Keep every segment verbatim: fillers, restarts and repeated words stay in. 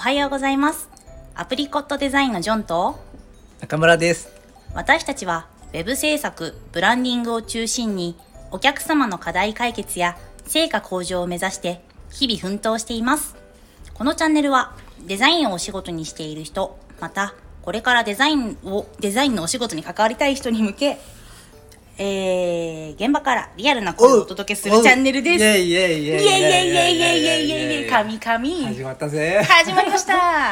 はようございます。アプリコットデザインのジョンと中村です。 私たちはウェブ制作、ブランディングを中心にお客様の課題解決や成果向上を目指して日々奮闘しています。このチャンネルはデザインをお仕事にしている人、またこれからデザインをデザインのお仕事に関わりたい人に向け、えー、現場からリアルな声をお届けするチャンネルです。 イエイイエイイエイイエイイエイイエイイエイイエイイエイ神々 始まったぜ。 始まりました。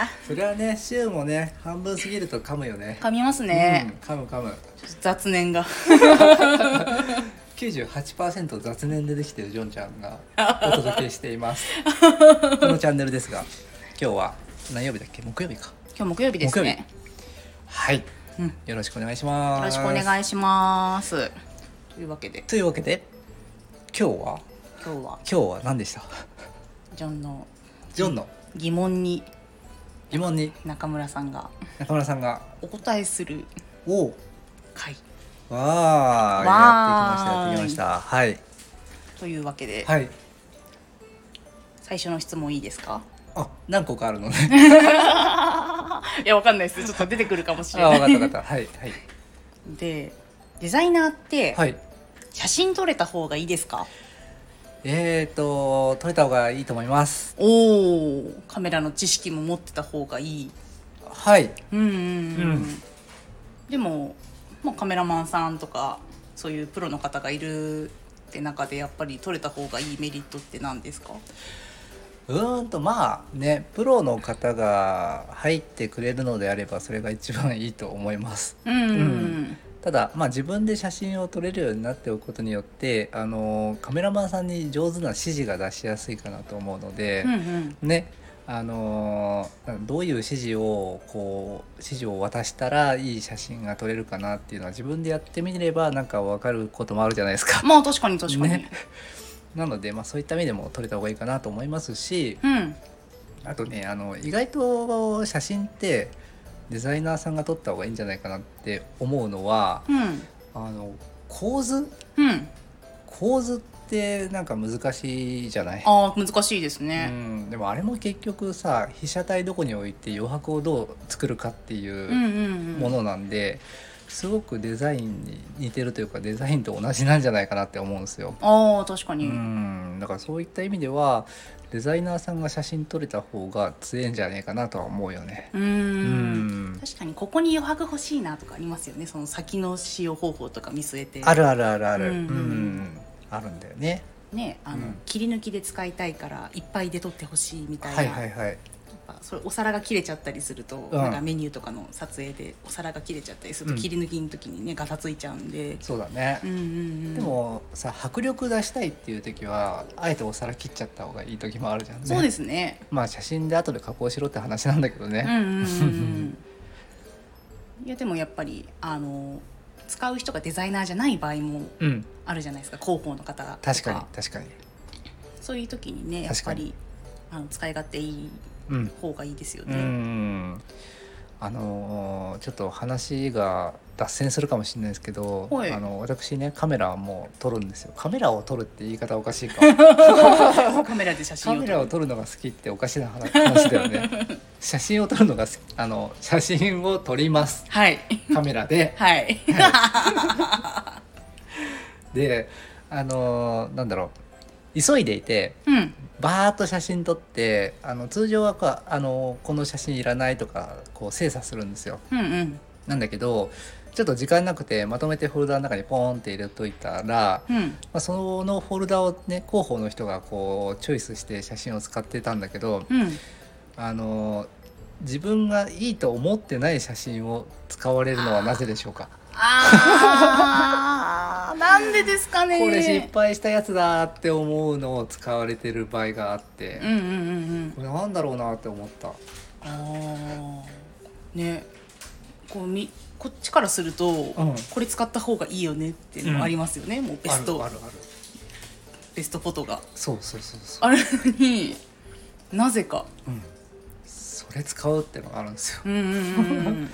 それはね、週もね半分過ぎると噛むよね。 噛みますね、 うん、噛む噛む。 雑念がきゅうじゅうはちパーセント 雑念でできてるジョンちゃんがお届けしていますこのチャンネルですが、今日は何曜日だっけ？木曜日か。 今日木曜日ですね。 はい、うん、よろしくお願いします。 よろしくお願いします。というわけでというわけで今日は今日は今日は何でした？ ジョンのジョンの疑問に疑問に中村さんが中村さんがお答えするお回わあやってきましたやってきました。はい、 というわけで、 はい、 最初の質問いいですか？ あ、何個かあるのねいや、わかんないです。ちょっと出てくるかもしれない。 あ、わかったわかった。はいはい。 で、デザイナーってはい写真撮れた方がいいですか？ えーと撮れた方がいいと思います。 おお、カメラの知識も持ってた方がいい。 はい。 うんうんうん、うん、でも、まあ、カメラマンさんとかそういうプロの方がいるって中でやっぱり撮れた方がいいメリットって何ですか？ うーんとまあね、プロの方が入ってくれるのであればそれが一番いいと思います。 うんうんうん、 ただ、まあ、自分で写真を撮れるようになっておくことによってあのカメラマンさんに上手な指示が出しやすいかなと思うので、 うんうん、 ね、あのどういう指示をこう指示を渡したらいい写真が撮れるかなっていうのは自分でやってみればなんか分かることもあるじゃないですか。 まあ確かに確かに、 ね、なので、まあ、そういった意味でも撮れた方がいいかなと思いますし、 うん、 あとね、あの意外と写真ってデザイナーさんが撮った方がいいんじゃないかなって思うのは、 うん、 あの構図、 うん、 構図ってなんか難しいじゃない？ ああ、難しいですね、 うん、でもあれも結局さ、被写体どこに置いて余白をどう作るかっていうものなんで、うんうんうん、すごくデザインに似てるというかデザインと同じなんじゃないかなって思うんですよ。 ああ、確かに。 うん、だからそういった意味ではデザイナーさんが写真撮れた方が強いんじゃないかなとは思うよね。 うーん、うん、確かにここに余白欲しいなとかありますよね。その先の使用方法とか見据えて。あるあるあるある、うん、うん、あるんだよね。 ね、あの、うん、切り抜きで使いたいからいっぱいで撮ってほしいみたいな、 はいはいはい、 それお皿が切れちゃったりすると、うん、なんかメニューとかの撮影でお皿が切れちゃったりすると、うん、切り抜きの時にねガタついちゃうんで。 そうだね、 うんうんうん、 でもさ、迫力出したいっていう時はあえてお皿切っちゃった方がいい時もあるじゃんね。 そうですね。 まあ写真で後で加工しろって話なんだけどね。 うんうんうんうんいやでもやっぱりあの使う人がデザイナーじゃない場合もあるじゃないですか、うん、広報の方とか。 確かに確かに。 そういう時にねやっぱりあの使い勝手いい方がいいですよね。 うん、うんあのー、ちょっと話が脱線するかもしれないですけど、あの私ねカメラも撮るんですよ。カメラを撮るって言い方おかしいかカメラで写真を撮る、 カメラを撮るのが好きっておかしな話だよね写真を撮るのが好き、あの写真を撮ります、 はい、 カメラではい、 はい、であのー、なんだろう、急いでいて、うん、バーッと写真撮ってあの通常はかあのこの写真いらないとかこう精査するんですよ、 うんうん、 なんだけどちょっと時間なくてまとめてフォルダの中にポーンって入れといたら、うんまあ、そのフォルダをね広報の人がこうチョイスして写真を使ってたんだけど、うん、あの自分がいいと思ってない写真を使われるのはなぜでしょうか？ あーなんでですかね。 これ失敗したやつだって思うのを使われてる場合があって、 うんうんうんうん、 これなんだろうなって思った。 あね、こうみこっちからすると、うん、これ使った方がいいよねっていうのありますよね、うん、もうベストあるあるあるベストフォトがそうそうそうそうあるのになぜか、 うん、それ使うってのがあるんですよ。 うんうんうんうん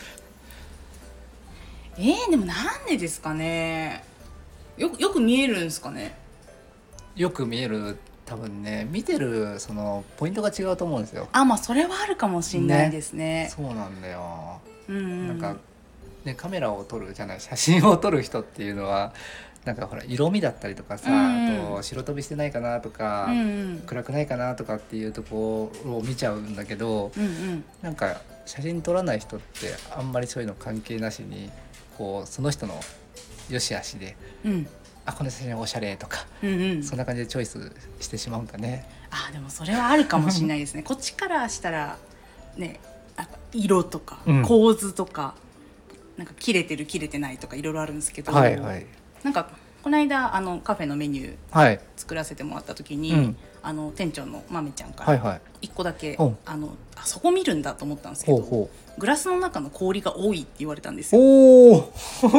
えー、でもなんでですかね。よくよく見えるんですかね。 よく見える多分ね見てるそのポイントが違うと思うんですよ。 あ、まあそれはあるかもしれないですね。 ね、そうなんだよ、 うんうん、 なんかねカメラを撮るじゃない写真を撮る人っていうのはなんかほら色味だったりとかさ、うんうん、あと白飛びしてないかなとか、うんうん、暗くないかなとかっていうところを見ちゃうんだけど、うんうん、なんか写真撮らない人ってあんまりそういうの関係なしにこうその人の良し悪しで、うん、あこの写真おしゃれとか、うんうん、そんな感じでチョイスしてしまうんだね。 あでもそれはあるかもしれないですねこっちからしたらね色とか構図とか、うん、なんか切れてる切れてないとかいろいろあるんですけど、はいはい、なんかこの間あのカフェのメニュー作らせてもらった時に、はい、うん、あの店長のまめちゃんからいっこだけ、はいはい、あのあそこ見るんだと思ったんですけど、ほうほうグラスの中の氷が多いって言われたんですよ。お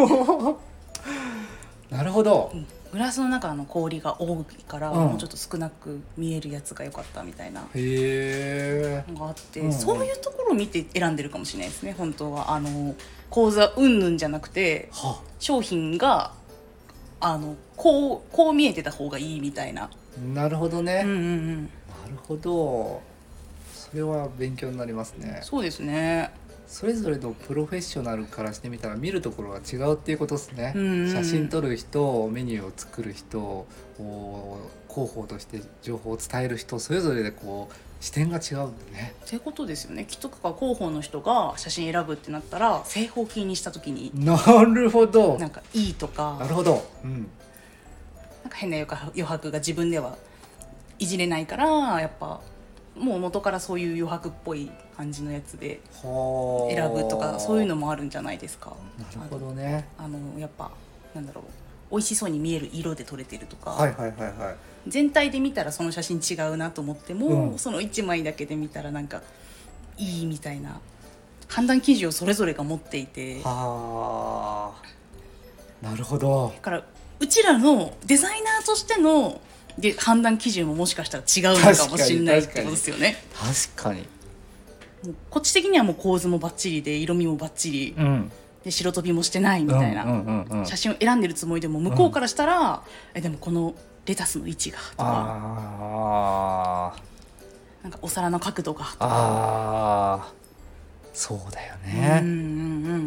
なるほど、うん、 グラスの中の氷が多いから、うん、もうちょっと少なく見えるやつが良かったみたいなのがあって、うんうん、そういうところを見て選んでるかもしれないですね本当は。あの講座うんぬんじゃなくて商品があのこう、こう見えてた方がいいみたいな。 なるほどね、うんうんうん、なるほど、それは勉強になりますね。 そうですね。 それぞれのプロフェッショナルからしてみたら見るところが違うっていうことですね、うんうん、写真撮る人、メニューを作る人、広報として情報を伝える人、それぞれでこう視点が違うんだねってことですよね。きっと広報の人が写真選ぶってなったら正方形にした時になるほどなんかいいとか、 なるほど、うん、 なんか変な余白が自分ではいじれないからやっぱもう元からそういう余白っぽい感じのやつで選ぶとかそういうのもあるんじゃないですか。 なるほどね。 あのやっぱなんだろう美味しそうに見える色で撮れてるとか、 はいはいはいはい、 全体で見たらその写真違うなと思っても、うん、そのいちまいだけで見たらなんかいいみたいな判断基準をそれぞれが持っていて、 はあ、なるほど。 だからうちらのデザイナーとしてので判断基準ももしかしたら違うのかもしれないってことですよね。 確かに。 もうこっち的にはもう構図もバッチリで色味もバッチリ、うん、で白飛びもしてないみたいな、うんうんうんうん、写真を選んでるつもりでも向こうからしたら、うん、えでもこのレタスの位置がとか、あなんかお皿の角度がとか、 あそうだよね、うんうんうん、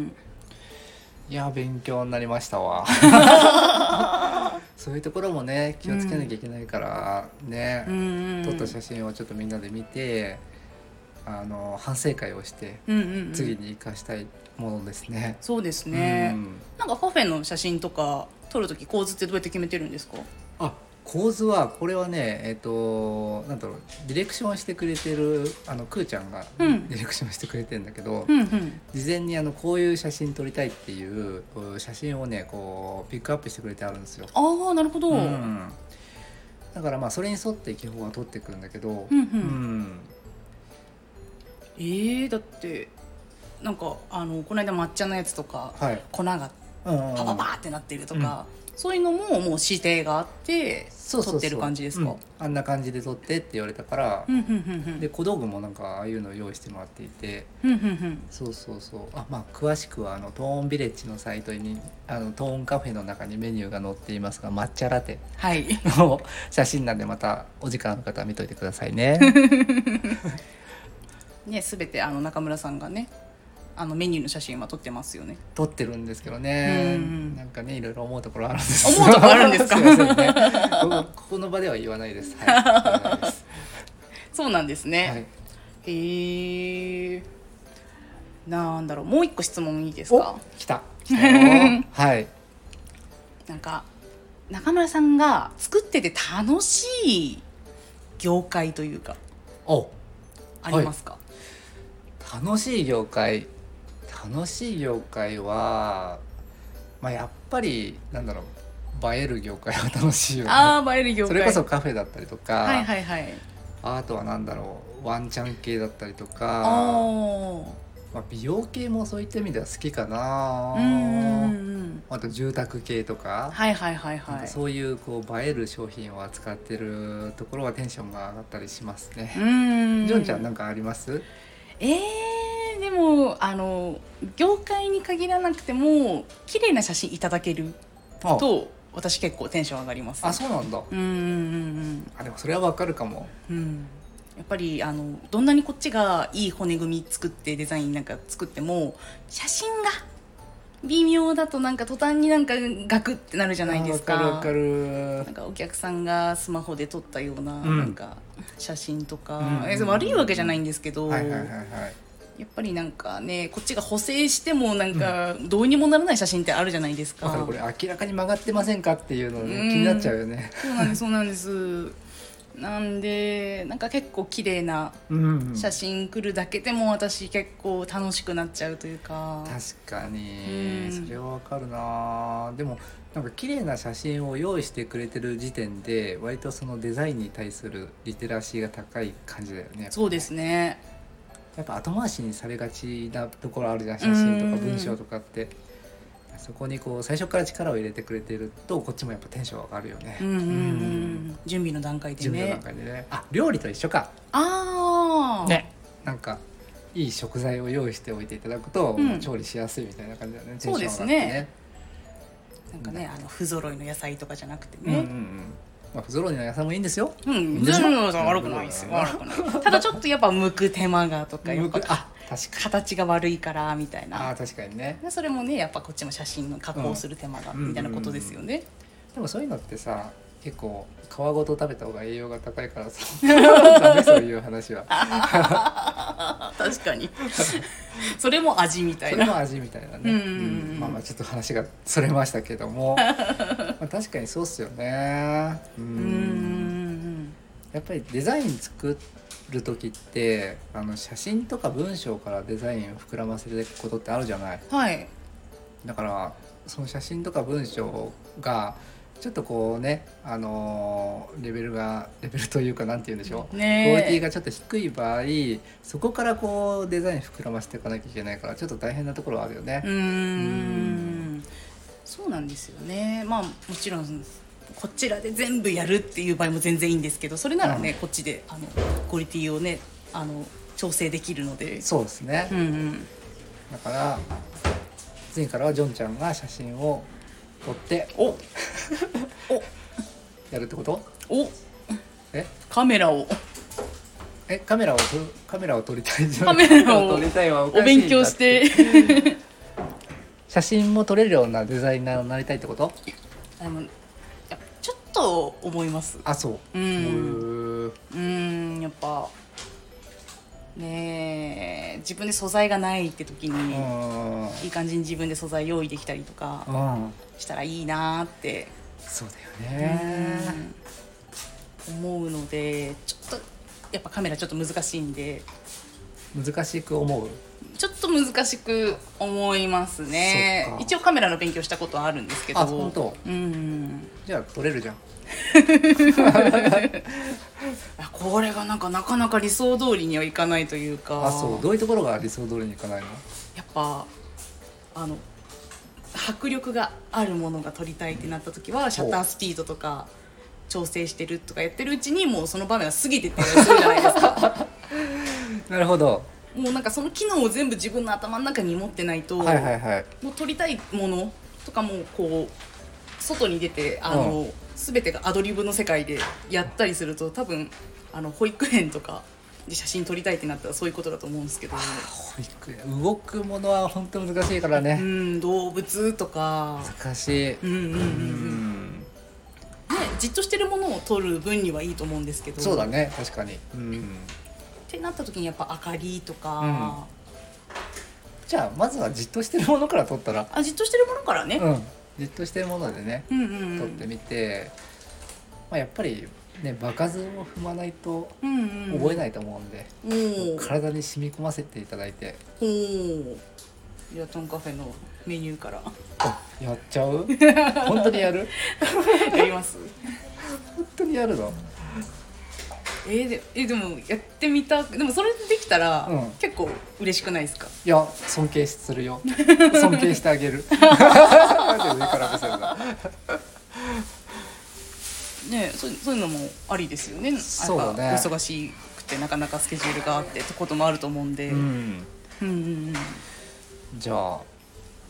いや勉強になりましたわそういうところもね気をつけなきゃいけないからね、うん、撮った写真をちょっとみんなで見てあの反省会をして、うんうんうん、次に生かしたいものですね。 そうですね、うん、なんかパフェの写真とか撮るとき構図ってどうやって決めてるんですか？ あ構図はこれはねえっ、ー、となんだろうディレクションしてくれてるあのくーちゃんがディレクションしてくれてるんだけど、うんうん、事前にあのこういう写真撮りたいっていう写真をねこうピックアップしてくれてあるんですよ。 ああなるほど、うん、 だからまあそれに沿って基本は撮ってくるんだけど、うんうんうん、 えー、だってなんかあのこの間抹茶のやつとか、はい、粉がパパパーってなってるとか、うん、そういうのももう指定があって撮ってる感じですか？ そうそうそう、うん、あんな感じで撮ってって言われたから、うんうんうんうん、で小道具もなんかああいうのを用意してもらっていて、うんうんうん、そうそうそうあ、まあ、詳しくはあのトーンビレッジのサイトにあのトーンカフェの中にメニューが載っていますが抹茶ラテの写真なんでまたお時間ある方は見といてくださいねね、全てあの中村さんがねあのメニューの写真は撮ってますよね。 撮ってるんですけどね、うん、なんかねいろいろ思うところあるんです思うところあるんですかすいませんねここ、ここの場では言わないです、はい、ですそうなんですね、はい、へーなんだろうもう一個質問いいですか？ お来た来たよはいなんか中村さんが作ってて楽しい業界というかおありますか？はい、 楽しい業界楽しい業界は、まあ、やっぱりなんだろう映える業界は楽しいよね。 あー映える業界それこそカフェだったりとか、 はいはいはい、 あとはなんだろうワンちゃん系だったりとかあ、まあ、美容系もそういった意味では好きかな。うんうん、あと住宅系とか、 はいはいはいはい、 そういうこう映える商品を扱ってるところはテンションが上がったりしますね。うん、ジョンちゃんなんかあります？ えー、でもあの業界に限らなくても綺麗な写真いただけると私結構テンション上がります、 あ、そうなんだ。 うんうんうんうんあ、でもそれはわかるかも。 うん、やっぱりあのどんなにこっちがいい骨組み作ってデザインなんか作っても写真が微妙だとなんか途端になんかガクってなるじゃないですか。 わかるわかる。 なんかお客さんがスマホで撮ったような、 うん、 なんか写真とか、 うんうんうん、 悪いわけじゃないんですけど、 はいはいはいはい、 やっぱりなんかね、こっちが補正してもなんかどうにもならない写真ってあるじゃないですか。 だからこれ明らかに曲がってませんかっていうの、ね、気になっちゃうよね。 そうなんですそうなんですなんでなんか結構綺麗な写真来るだけでも私結構楽しくなっちゃうというか。 確かにそれはわかるな。でもなんか綺麗な写真を用意してくれてる時点で割とそのデザインに対するリテラシーが高い感じだよね。 そうですね。 やっぱ後回しにされがちなところあるじゃん、写真とか文章とかって。そこにこう最初から力を入れてくれてるとこっちもやっぱテンション上がるよね。 うんうんうん、準備の段階でね。 準備の段階でね。あ、料理と一緒か。 ああ。 ね。なんかいい食材を用意しておいていただくと、うん、調理しやすいみたいな感じだね。 そうですね。なんかね、あの不揃いの野菜とかじゃなくてね。うんうんうん、 まあ、不揃いの野菜もいいんですよ。 うん、不揃いの野菜悪くないですよ。悪くない。ただちょっとやっぱ剥く手間がとかやっぱあ確か形が悪いからみたいな。 あ、確かにね。 それもねやっぱこっちも写真の加工する手間が、うん、みたいなことですよね、うんうんうん。 でもそういうのってさ結構皮ごと食べた方が栄養が高いからさダメそういう話は確かにそれも味みたいな。 それも味みたいなね、うんうんうん、まあまあちょっと話がそれましたけどもまあ確かにそうっすよね。うんうん、やっぱりデザイン作ってる時ってあの写真とか文章からデザインを膨らませることってあるじゃない、 はい、 だからその写真とか文章がちょっとこうね、あのー、レベルがレベルというかなんて言うんでしょう、ね、クオリティがちょっと低い場合そこからこうデザイン膨らませていかなきゃいけないからちょっと大変なところはあるよね。 うーん、うーん、そうなんですよね。まあもちろんこちらで全部やるっていう場合も全然いいんですけど、それならね、うん、こっちであのクオリティをねあの調整できるので。 そうですね、うんうん、だから次からはジョンちゃんが写真を撮っておおやるってこと？ おえカメラをえカメラをカメラを撮りたいじゃん。 カメラを撮りたいはおかしいんだって。お勉強して写真も撮れるようなデザイナーになりたいってこと？ あのちょっと思います。 あ、そう。うん。 うん、やっぱねえ自分で素材がないって時にいい感じに自分で素材用意できたりとかしたらいいなって。 そうだよね。 思うのでちょっとやっぱカメラちょっと難しいんで。 難しく思う？ ちょっと難しく思いますね。一応カメラの勉強したことはあるんですけど。 あ、本当。 うん。 じゃあ撮れるじゃん。 これがなんかなかなか理想通りにはいかないというか。 あ、そう。どういうところが理想通りにいかないの？ やっぱあの迫力があるものが撮りたいってなった時はシャッタースピードとか調整してるとかやってるうちにもうその場面は過ぎてったりするじゃないですか。 なるほど。 もうなんかその機能を全部自分の頭の中に持ってないと、 はいはいはい、 もう撮りたいものとかもこう外に出てあの、うん、全てがアドリブの世界でやったりすると多分あの保育園とかで写真撮りたいってなったらそういうことだと思うんですけど、 保育園動くものは本当難しいからね。 うん、動物とか難しい。うんうんうんうんね、じっとしてるものを撮る分にはいいと思うんですけど。 そうだね、確かに。うん、 ってなった時にやっぱ明かりとか、うん、 じゃあまずはじっとしてるものから撮ったら。 あ、じっとしてるものからね、 うん、じっとしてるものでね、うんうんうん、撮ってみて、まあ、やっぱりね場数を踏まないと覚えないと思うんで、うんうん、体に染み込ませていただいて。 おじゃあトンカフェのメニューからやっちゃう？本当にやる？ やります？ 本当にやるの？ えー、で, えー、でもやってみた。でもそれでできたら、うん、結構嬉しくないですか？ いや尊敬するよ。尊敬してあげる。なんで上から見せるの？ ね、そ, そういうのもありですよね。 そうだね。 忙しくてなかなかスケジュールがあってってこともあると思うんで、うんうんうんうん、 じゃあ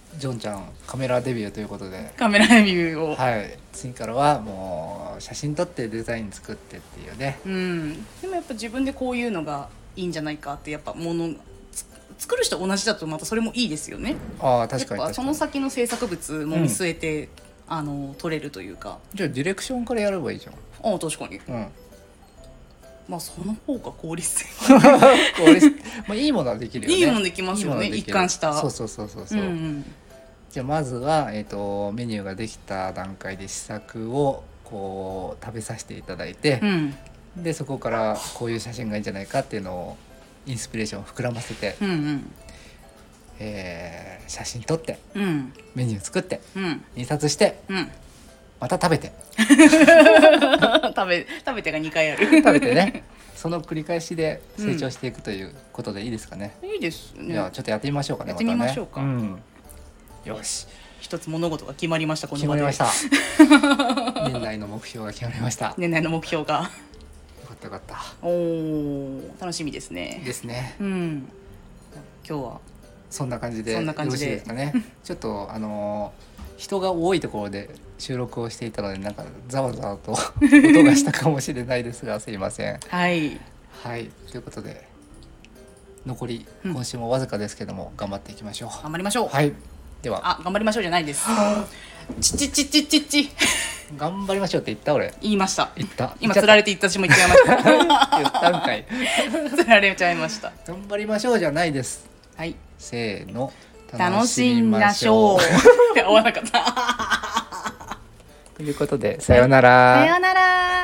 ジョンちゃんカメラデビューということで、 カメラデビューを、 はい、次からはもう写真撮ってデザイン作ってっていうね、 うん、でもやっぱ自分でこういうのがいいんじゃないかって、やっぱもの作る人同じだとまたそれもいいですよね。 ああ、確かに確かに。 やっぱその先の制作物も見据えて、うん、あの撮れるというか。 じゃあディレクションからやればいいじゃん。 ああ、確かに、うん、まあその方が効率性効率まあいいものはできるよね。 いいものできますよね、一貫した。 そうそうそうそうそう、うんうん、じゃあまずは、えーと、メニューができた段階で試作をこう食べさせていただいて、うん、でそこからこういう写真がいいんじゃないかっていうのをインスピレーションを膨らませて、うんうん、えー、写真撮って、うん、メニュー作って、うん、印刷して、うん、また食べて食べ食べてがにかいある食べてね、その繰り返しで成長していくということでいいですかね。 うん、いいですね。 じゃあちょっとやってみましょうかね。 やってみましょうか、 またね、うん、よし、 一つ物事が決まりました。この場で決まりました年内の目標が決まりました。 年内の目標がよかったよかった。 おー、楽しみですね。 ですね、 うん、今日はそんな感じでよろしいですかね。ちょっとあの人が多いところで収録をしていたので、なんかざわざわと音がしたかもしれないですがすいません。 はいはい、ということで残り今週もわずかですけども、うん、頑張っていきましょう。 頑張りましょう。 はい、では。 あ、頑張りましょうじゃないですちちちちちち頑張りましょうって言った俺。 言いました。 言った。 今釣られて言ったしも言っちゃいました言ったんかい釣られちゃいました。 頑張りましょうじゃないです。 はい、 せーの、 楽しみましょうって合わなかったということで、さようなら。 さようなら。